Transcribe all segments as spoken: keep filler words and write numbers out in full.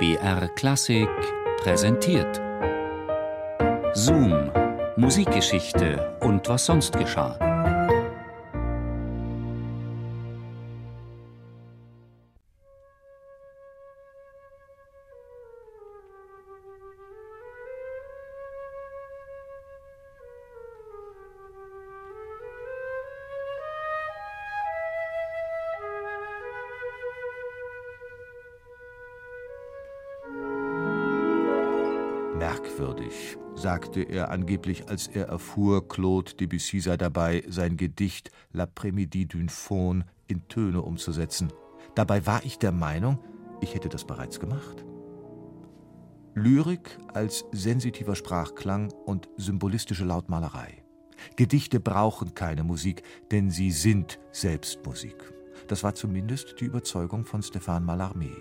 B R Klassik präsentiert Zoom, Musikgeschichte und was sonst geschah. Merkwürdig, sagte er angeblich, als er erfuhr, Claude Debussy sei dabei, sein Gedicht L'Après-midi d'une Faune in Töne umzusetzen. Dabei war ich der Meinung, ich hätte das bereits gemacht. Lyrik als sensitiver Sprachklang und symbolistische Lautmalerei. Gedichte brauchen keine Musik, denn sie sind selbst Musik. Das war zumindest die Überzeugung von Stéphane Mallarmé.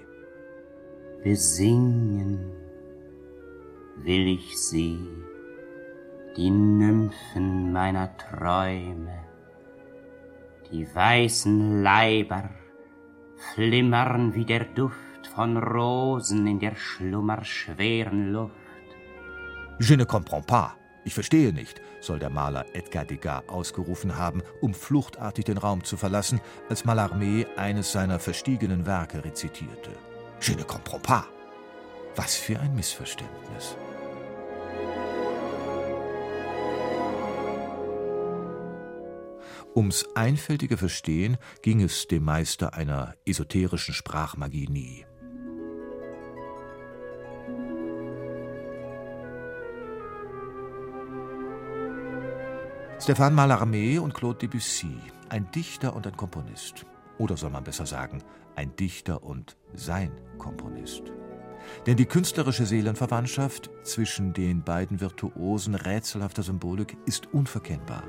Besingen will ich sie, die Nymphen meiner Träume, die weißen Leiber flimmern wie der Duft von Rosen in der schlummerschweren Luft. Je ne comprends pas. Ich verstehe nicht, soll der Maler Edgar Degas ausgerufen haben, um fluchtartig den Raum zu verlassen, als Mallarmé eines seiner verstiegenen Werke rezitierte. Je ne comprends pas. Was für ein Missverständnis. Ums einfältige Verstehen ging es dem Meister einer esoterischen Sprachmagie nie. Stéphane Mallarmé und Claude Debussy, ein Dichter und ein Komponist. Oder soll man besser sagen, ein Dichter und sein Komponist. Denn die künstlerische Seelenverwandtschaft zwischen den beiden Virtuosen rätselhafter Symbolik ist unverkennbar.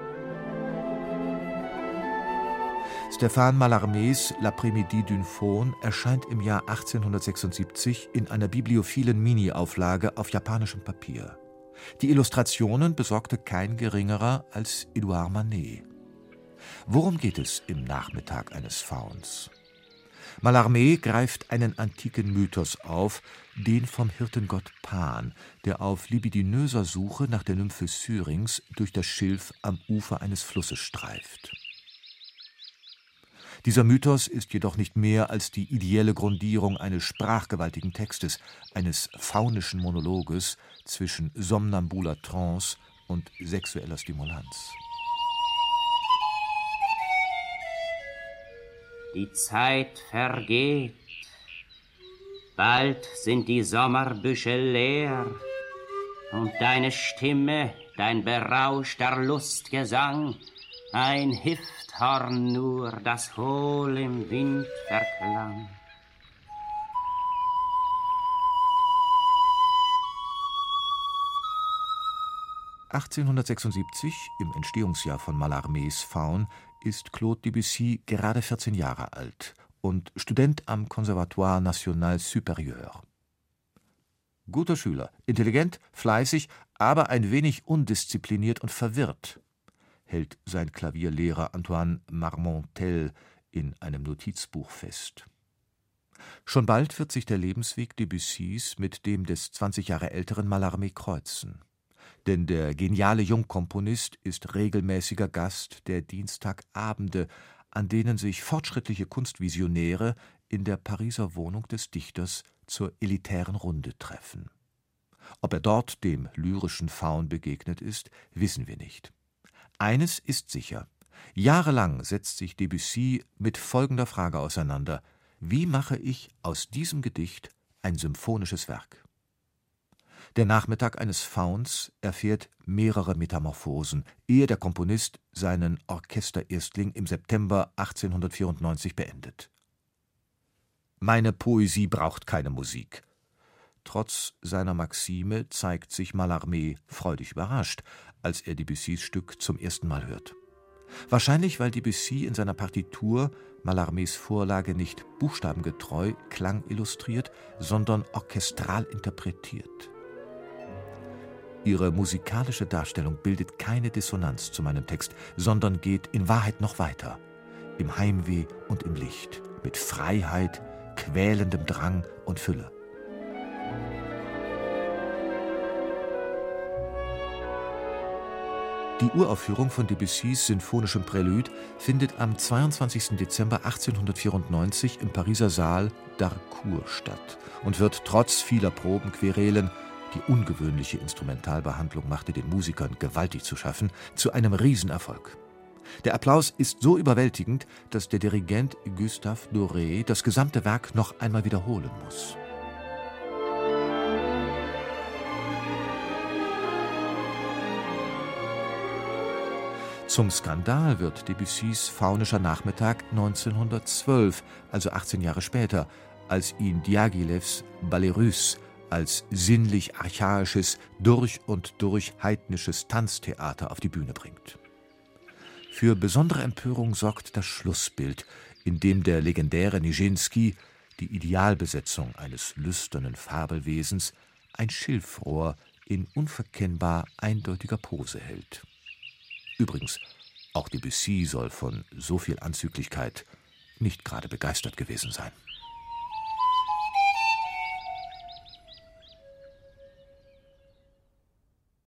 Stéphane Mallarmés L'Après-midi d'une Faune erscheint im Jahr achtzehnhundertsechsundsiebzig in einer bibliophilen Mini-Auflage auf japanischem Papier. Die Illustrationen besorgte kein geringerer als Édouard Manet. Worum geht es im Nachmittag eines Fauns? Mallarmé greift einen antiken Mythos auf, den vom Hirtengott Pan, der auf libidinöser Suche nach der Nymphe Syrinx durch das Schilf am Ufer eines Flusses streift. Dieser Mythos ist jedoch nicht mehr als die ideelle Grundierung eines sprachgewaltigen Textes, eines faunischen Monologes zwischen somnambuler Trance und sexueller Stimulanz. Die Zeit vergeht, bald sind die Sommerbüsche leer und deine Stimme, dein berauschter Lustgesang, ein Hifthorn nur, das hohl im Wind verklang. achtzehnhundertsechsundsiebzig, im Entstehungsjahr von Mallarmés Faun, ist Claude Debussy gerade vierzehn Jahre alt und Student am Conservatoire National Supérieur. Guter Schüler, intelligent, fleißig, aber ein wenig undiszipliniert und verwirrt, hält sein Klavierlehrer Antoine Marmontel in einem Notizbuch fest. Schon bald wird sich der Lebensweg Debussys mit dem des zwanzig Jahre älteren Mallarmé kreuzen. Denn der geniale Jungkomponist ist regelmäßiger Gast der Dienstagabende, an denen sich fortschrittliche Kunstvisionäre in der Pariser Wohnung des Dichters zur elitären Runde treffen. Ob er dort dem lyrischen Faun begegnet ist, wissen wir nicht. Eines ist sicher: Jahrelang setzt sich Debussy mit folgender Frage auseinander: Wie mache ich aus diesem Gedicht ein symphonisches Werk? Der Nachmittag eines Fauns erfährt mehrere Metamorphosen, ehe der Komponist seinen Orchestererstling im September achtzehnhundertvierundneunzig beendet. Meine Poesie braucht keine Musik. Trotz seiner Maxime zeigt sich Mallarmé freudig überrascht, als er Debussys Stück zum ersten Mal hört. Wahrscheinlich, weil Debussy in seiner Partitur Mallarmés Vorlage nicht buchstabengetreu klangillustriert, sondern orchestral interpretiert. Ihre musikalische Darstellung bildet keine Dissonanz zu meinem Text, sondern geht in Wahrheit noch weiter. Im Heimweh und im Licht, mit Freiheit, quälendem Drang und Fülle. Die Uraufführung von Debussys sinfonischem Prälude findet am zweiundzwanzigsten Dezember achtzehnhundertvierundneunzig im Pariser Saal d'Harcourt statt und wird trotz vieler Probenquerelen — die ungewöhnliche Instrumentalbehandlung machte den Musikern gewaltig zu schaffen — zu einem Riesenerfolg. Der Applaus ist so überwältigend, dass der Dirigent Gustave Doré das gesamte Werk noch einmal wiederholen muss. Zum Skandal wird Debussys Faunischer Nachmittag neunzehnhundertzwölf, also achtzehn Jahre später, als ihn Diaghilevs Ballets Russes als sinnlich archaisches, durch und durch heidnisches Tanztheater auf die Bühne bringt. Für besondere Empörung sorgt das Schlussbild, in dem der legendäre Nijinsky, die Idealbesetzung eines lüsternen Fabelwesens, ein Schilfrohr in unverkennbar eindeutiger Pose hält. Übrigens, auch Debussy soll von so viel Anzüglichkeit nicht gerade begeistert gewesen sein.